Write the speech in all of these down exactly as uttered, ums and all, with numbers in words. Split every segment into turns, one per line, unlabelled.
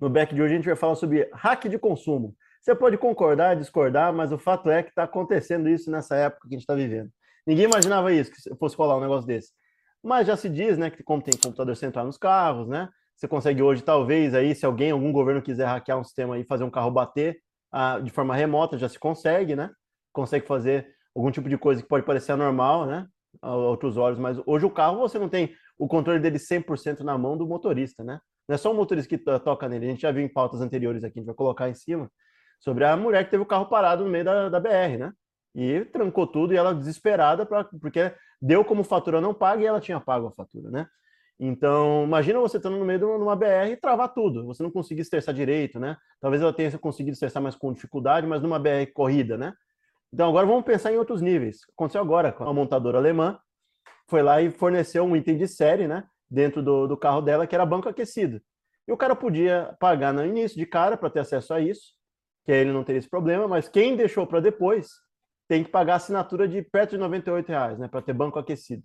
no back de hoje a gente vai falar sobre hack de consumo. Você pode concordar, discordar, mas o fato é que está acontecendo isso nessa época que a gente está vivendo. Ninguém imaginava isso, que fosse rolar um negócio desse. Mas já se diz, né, que como tem computador central nos carros, né, você consegue hoje, talvez, aí, se alguém, algum governo quiser hackear um sistema e fazer um carro bater ah, de forma remota, já se consegue, né? Consegue fazer algum tipo de coisa que pode parecer anormal, né? A outros olhos, mas hoje o carro você não tem o controle dele cem por cento na mão do motorista, né? Não é só o motorista que toca nele, a gente já viu em pautas anteriores aqui, a gente vai colocar em cima, sobre a mulher que teve o carro parado no meio da, da B R, né? E trancou tudo e ela desesperada, pra, porque deu como fatura não paga e ela tinha pago a fatura, né? Então, imagina você estando no meio de uma B R e travar tudo, você não conseguir estressar direito, né? Talvez ela tenha conseguido estressar mais com dificuldade, mas numa B R corrida, né? Então, agora vamos pensar em outros níveis. Aconteceu agora com a montadora alemã, foi lá e forneceu um item de série, né? Dentro do, do carro dela, que era banco aquecido. E o cara podia pagar no início de cara para ter acesso a isso, que aí ele não teria esse problema, mas quem deixou para depois tem que pagar a assinatura de perto de noventa e oito reais, né? Para ter banco aquecido.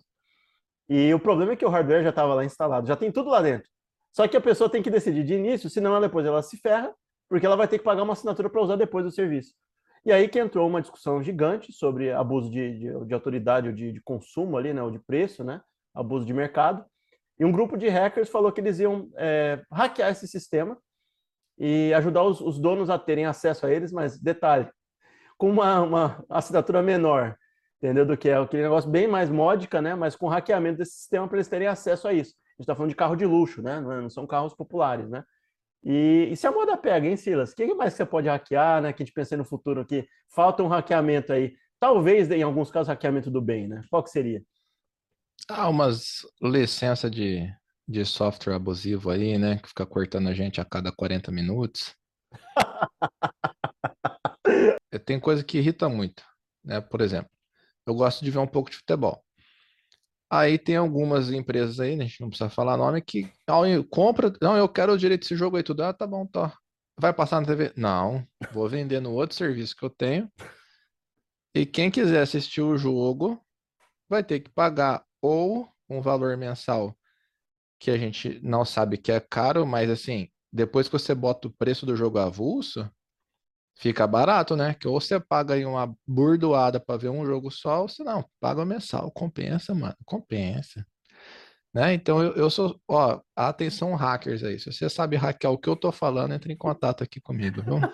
E o problema é que o hardware já estava lá instalado, já tem tudo lá dentro. Só que a pessoa tem que decidir de início, senão depois ela se ferra, porque ela vai ter que pagar uma assinatura para usar depois do serviço. E aí que entrou uma discussão gigante sobre abuso de, de, de autoridade ou de, de consumo ali, né, ou de preço, né, abuso de mercado. E um grupo de hackers falou que eles iam é, hackear esse sistema e ajudar os, os donos a terem acesso a eles, mas detalhe, com uma, uma assinatura menor, entendeu? Do que é aquele negócio bem mais módica, né? Mas com hackeamento desse sistema para eles terem acesso a isso. A gente está falando de carro de luxo, né? Não, é, não são carros populares, né? E, e se a moda pega, hein, Silas? O que mais que você pode hackear, né? Que a gente pensa no futuro aqui. Falta um hackeamento aí. Talvez, em alguns casos, hackeamento do bem, né? Qual que seria?
Ah, umas licença de, de software abusivo aí, né? Que fica cortando a gente a cada quarenta minutos. Eh, Tem coisa que irrita muito, né? Por exemplo, eu gosto de ver um pouco de futebol. Aí tem algumas empresas aí, né, a gente não precisa falar nome, que ao in- compra, não, eu quero o direito desse jogo aí, tudo, ah, tá bom, tá. Vai passar na T V? Não, vou vender no outro serviço que eu tenho. E quem quiser assistir o jogo vai ter que pagar ou um valor mensal que a gente não sabe que é caro, mas assim, depois que você bota o preço do jogo avulso, fica barato, né? Que ou você paga aí uma burdoada para ver um jogo só, ou se não, paga o mensal, compensa, mano, compensa. Né? Então eu, eu sou, ó, atenção hackers aí. Se você sabe hackear o que eu tô falando, entre em contato aqui comigo, viu?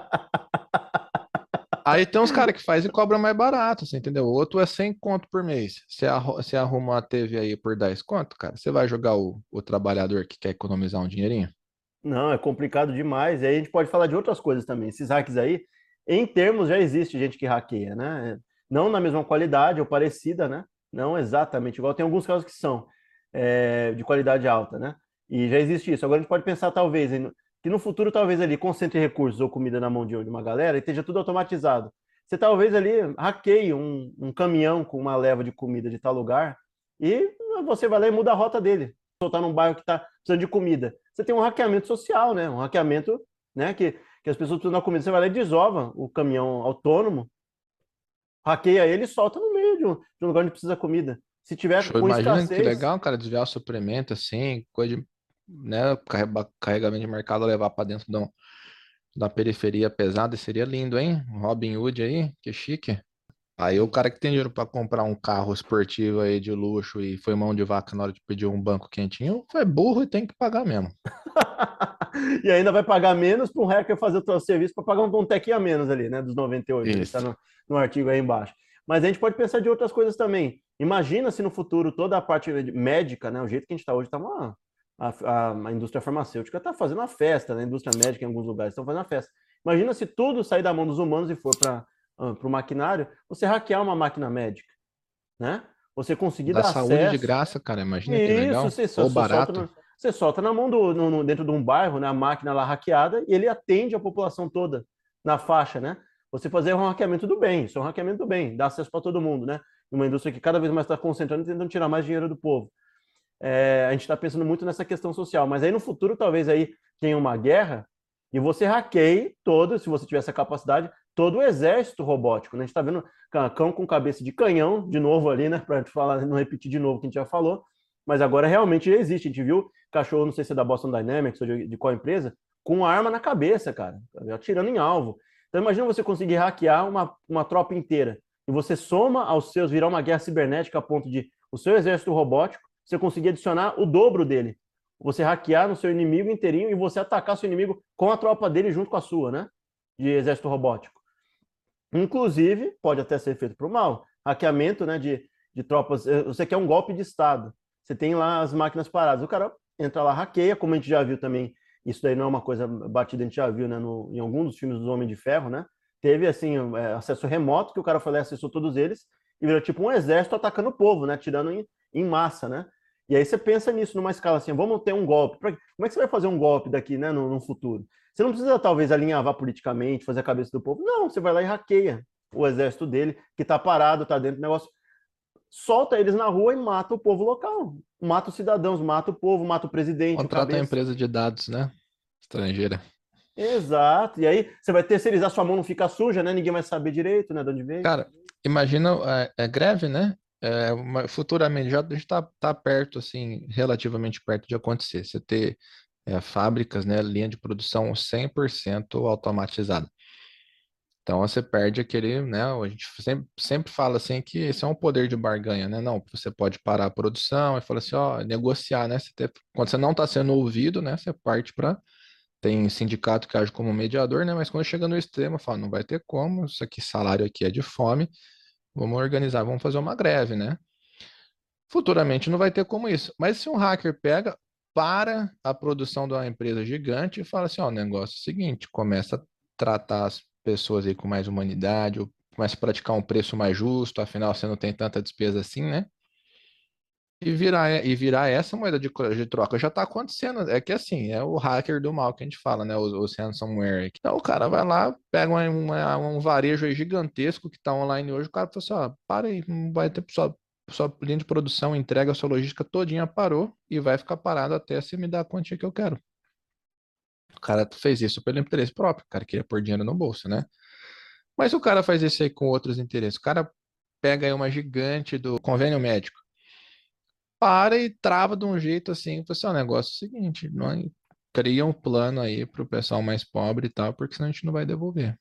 Aí tem uns caras que faz e cobra mais barato, você entendeu? O outro é cem conto por mês. Você, arru- você arruma uma T V aí por dez conto, cara. Você vai jogar o, o trabalhador que quer economizar um dinheirinho?
Não, é complicado demais. E aí a gente pode falar de outras coisas também. Esses hacks aí, em termos, já existe gente que hackeia, né? Não na mesma qualidade ou parecida, né? Não exatamente igual. Tem alguns casos que são é, de qualidade alta, né? E já existe isso. Agora a gente pode pensar, talvez, em- que no futuro, talvez ali, concentre recursos ou comida na mão de uma galera e esteja tudo automatizado. Você talvez ali hackeie um, um caminhão com uma leva de comida de tal lugar e você vai lá e muda a rota dele. Soltar num bairro que está precisando de comida. Você tem um hackeamento social, né? Um hackeamento, né? Que, que as pessoas precisam da comida. Você vai lá e desova o caminhão autônomo, hackeia ele e solta no meio de um, de um lugar onde precisa comida. Se tiver
Show,
com
imagina que
escassez,
legal, cara, desviar o suplemento assim, coisa de, né, carrega- carregamento de mercado levar para dentro de um- da periferia pesada, seria lindo, hein? Um Robin Hood aí, que chique. Aí o cara que tem dinheiro para comprar um carro esportivo aí de luxo e foi mão de vaca na hora de pedir um banco quentinho, foi burro e tem que pagar mesmo.
e ainda vai pagar menos para um hacker fazer o seu serviço para pagar um, um tequinho a menos ali, né? Dos noventa e oito ali, que está
Isso.
no, no artigo aí embaixo. Mas a gente pode pensar de outras coisas também. Imagina se no futuro toda a parte médica, né? O jeito que a gente está hoje, tá uma, a, a, a indústria farmacêutica está fazendo uma festa, né? A indústria médica em alguns lugares estão fazendo uma festa. Imagina se tudo sair da mão dos humanos e for para o maquinário, você hackear uma máquina médica, né? Você conseguir
Da
dar
saúde de
acesso.
graça, cara, imagina que
Isso,
legal.
você, só-
Ou
você solta,
barato.
no- você solta na mão do, no- no- dentro de um bairro, né, a máquina lá hackeada, e ele atende a população toda na faixa, né? Você fazer um hackeamento do bem, isso é um hackeamento do bem, dá acesso para todo mundo, né? Uma indústria que cada vez mais está concentrando e tentando tirar mais dinheiro do povo. É, a gente está pensando muito nessa questão social, mas aí no futuro talvez aí tenha uma guerra e você hackeie todo, se você tiver essa capacidade, todo o exército robótico, né? A gente está vendo cão com cabeça de canhão, de novo ali, né? Para falar, não repetir de novo o que a gente já falou, mas agora realmente já existe. A gente viu cachorro, não sei se é da Boston Dynamics ou de, de qual empresa, com arma na cabeça, cara, atirando em alvo. Então imagina você conseguir hackear uma, uma tropa inteira e você soma aos seus, virar uma guerra cibernética a ponto de o seu exército robótico, você conseguir adicionar o dobro dele. Você hackear no seu inimigo inteirinho e você atacar seu inimigo com a tropa dele junto com a sua, né? De exército robótico. Inclusive, pode até ser feito para o mal. Hackeamento, né, de, de tropas. Você quer um golpe de Estado. Você tem lá as máquinas paradas. O cara entra lá, hackeia, como a gente já viu também. Isso daí não é uma coisa batida, a gente já viu, né, no, em algum dos filmes dos Homens de Ferro, né? Teve, assim, é, acesso remoto, que o cara foi lá e acessou todos eles, e virou tipo um exército atacando o povo, né? Tirando em, em massa, né? E aí você pensa nisso numa escala assim, vamos ter um golpe. Como é que você vai fazer um golpe daqui, né, no, no futuro? Você não precisa, talvez, alinhavar politicamente, fazer a cabeça do povo. Não, você vai lá e hackeia o exército dele, que está parado, está dentro do negócio. Solta eles na rua e mata o povo local. Mata os cidadãos, mata o povo, mata o presidente, o
Contrata a
cabeça.
empresa de dados, né? Estrangeira.
Exato. E aí você vai terceirizar, sua mão não fica suja, né? Ninguém vai saber direito, né, de onde veio.
Cara, imagina, é, é greve, né? É, uma- futuramente, já está tá tá perto, assim, relativamente perto de acontecer. Você ter é, fábricas, né, linha de produção cem por cento automatizada. Então você perde aquele, né? A gente sempre, sempre fala assim que esse é um poder de barganha, né? Não, você pode parar a produção e falar assim, ó, negociar, né? Você ter- quando você não está sendo ouvido, né? Você parte para. Tem sindicato que age como mediador, né? Mas quando chega no extremo, fala, não vai ter como, isso aqui, salário aqui é de fome, vamos organizar, vamos fazer uma greve, né? Futuramente não vai ter como isso. Mas se um hacker pega, para a produção de uma empresa gigante e fala assim, ó, o negócio é o seguinte, começa a tratar as pessoas aí com mais humanidade, ou começa a praticar um preço mais justo, afinal você não tem tanta despesa assim, né? E virar, e virar essa moeda de, co- de troca já está acontecendo. É que assim, é o hacker do mal que a gente fala, né? Os, os ransomware. Então o cara vai lá, pega uma, uma- um varejo aí gigantesco que está online hoje, o cara fala assim, ó, para aí, não vai ter sua, sua linha de produção, entrega, sua logística todinha parou e vai ficar parado até você me dar a quantia que eu quero. O cara fez isso pelo interesse próprio, o cara queria pôr dinheiro no bolso, né? Mas o cara faz isso aí com outros interesses. O cara pega aí uma gigante do convênio médico, para e trava de um jeito assim, você assim, ó, o negócio é o seguinte, não, cria um plano aí para o pessoal mais pobre e tal, porque senão a gente não vai devolver.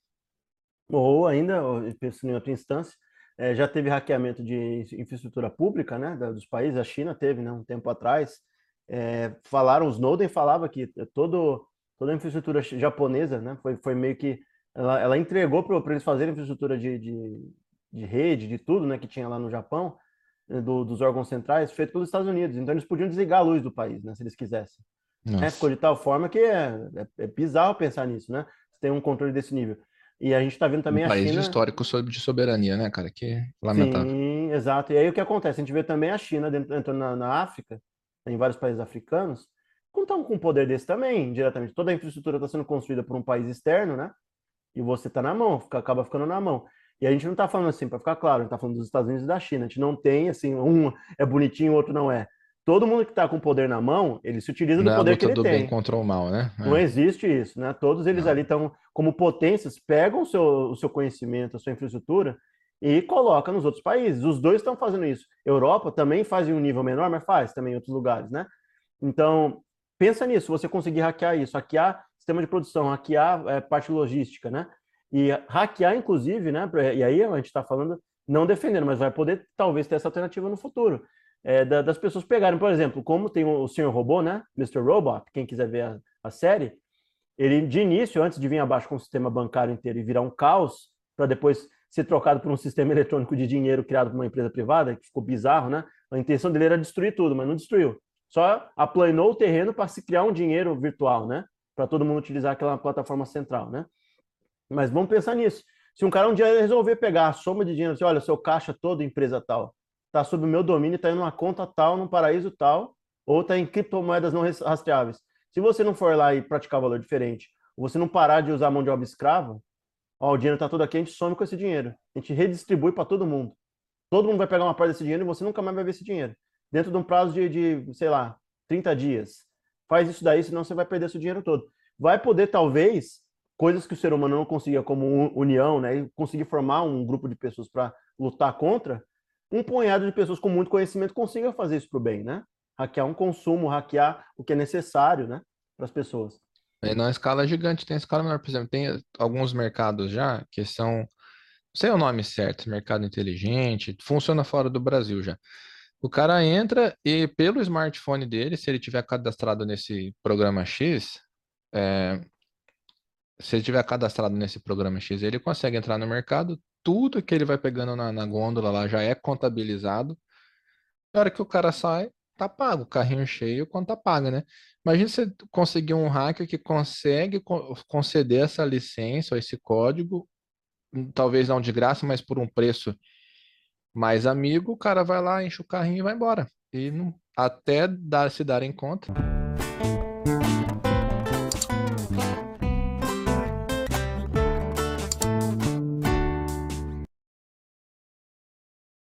Ou ainda, pensando em outra instância, eh, já teve hackeamento de infraestrutura pública, né, da- dos países. A China teve, né, um tempo atrás. Eh, falaram, o Snowden falava que todo, toda a infraestrutura chi- japonesa, né, foi, foi meio que ela, ela entregou para eles fazerem infraestrutura de, de, de rede, de tudo, né, que tinha lá no Japão, eh, do- dos órgãos centrais, feito pelos Estados Unidos. Então eles podiam desligar a luz do país, né, se eles quisessem. Né? Ficou
Nossa,
de tal forma que é, é, é bizarro pensar nisso, né? Você tem um controle desse nível. E a gente está vendo
um
também a
país
China.
histórico sobre de soberania, né, cara? Que lamentável.
Sim, exato. E aí o que acontece? A gente vê também a China dentro, entrando na, na África, em vários países africanos, contando com um poder desse também, diretamente. Toda a infraestrutura está sendo construída por um país externo, né? E você está na mão, fica, acaba ficando na mão. E a gente não está falando assim, para ficar claro, a gente está falando dos Estados Unidos e da China. A gente não tem assim, um é bonitinho, o outro não é. Todo mundo que está com o poder na mão, ele se utiliza do
Não é a
poder que
luta
ele
do bem
tem.
contra o mal, né?
Não
É,
existe isso, né? Todos eles ali
não.
estão como potências, pegam o seu, o seu conhecimento, a sua infraestrutura e colocam nos outros países. Os dois estão fazendo isso. Europa também faz em um nível menor, mas faz também em outros lugares, né? Então, pensa nisso, você conseguir hackear isso, hackear sistema de produção, hackear é, parte logística, né? E hackear, inclusive, né? E aí a gente está falando, não defendendo, mas vai poder talvez ter essa alternativa no futuro. É, da, das pessoas pegarem, por exemplo, como tem o, o senhor Robô, né? mister Robot, quem quiser ver a, a série, ele de início, antes de vir abaixo com o sistema bancário inteiro e virar um caos, para depois ser trocado por um sistema eletrônico de dinheiro criado por uma empresa privada, que ficou bizarro, né? A intenção dele era destruir tudo, mas não destruiu. Só aplanou o terreno para se criar um dinheiro virtual, né? Para todo mundo utilizar aquela plataforma central, né? Mas vamos pensar nisso. Se um cara um dia resolver pegar a soma de dinheiro, assim, olha, seu caixa todo, empresa tal, está sob o meu domínio, está em uma conta tal, num paraíso tal, ou está em criptomoedas não rastreáveis. Se você não for lá e praticar valor diferente, ou você não parar de usar a mão de obra escrava, ó, o dinheiro está todo aqui, a gente some com esse dinheiro. A gente redistribui para todo mundo. Todo mundo vai pegar uma parte desse dinheiro e você nunca mais vai ver esse dinheiro. Dentro de um prazo de, de sei lá, trinta dias. Faz isso daí, senão você vai perder seu dinheiro todo. Vai poder, talvez, coisas que o ser humano não conseguia como união, né? E conseguir formar um grupo de pessoas para lutar contra, um punhado de pessoas com muito conhecimento consiga fazer isso para o bem, né? Hackear um consumo, hackear o que é necessário, né? Para as pessoas.
É, não, a escala é gigante, tem escala menor. Por exemplo, tem alguns mercados já que são, não sei o nome certo, mercado inteligente, funciona fora do Brasil já. O cara entra e pelo smartphone dele, se ele tiver cadastrado nesse programa X, é, se ele tiver cadastrado nesse programa X, ele consegue entrar no mercado, tudo que ele vai pegando na, na gôndola lá já é contabilizado. Na hora que o cara sai, tá pago, o carrinho cheio, conta paga, né? Imagina você conseguir um hacker que consegue co- conceder essa licença ou esse código, hum, talvez não de graça, mas por um preço mais amigo, o cara vai lá, enche o carrinho e vai embora. E não- até dar, se darem conta.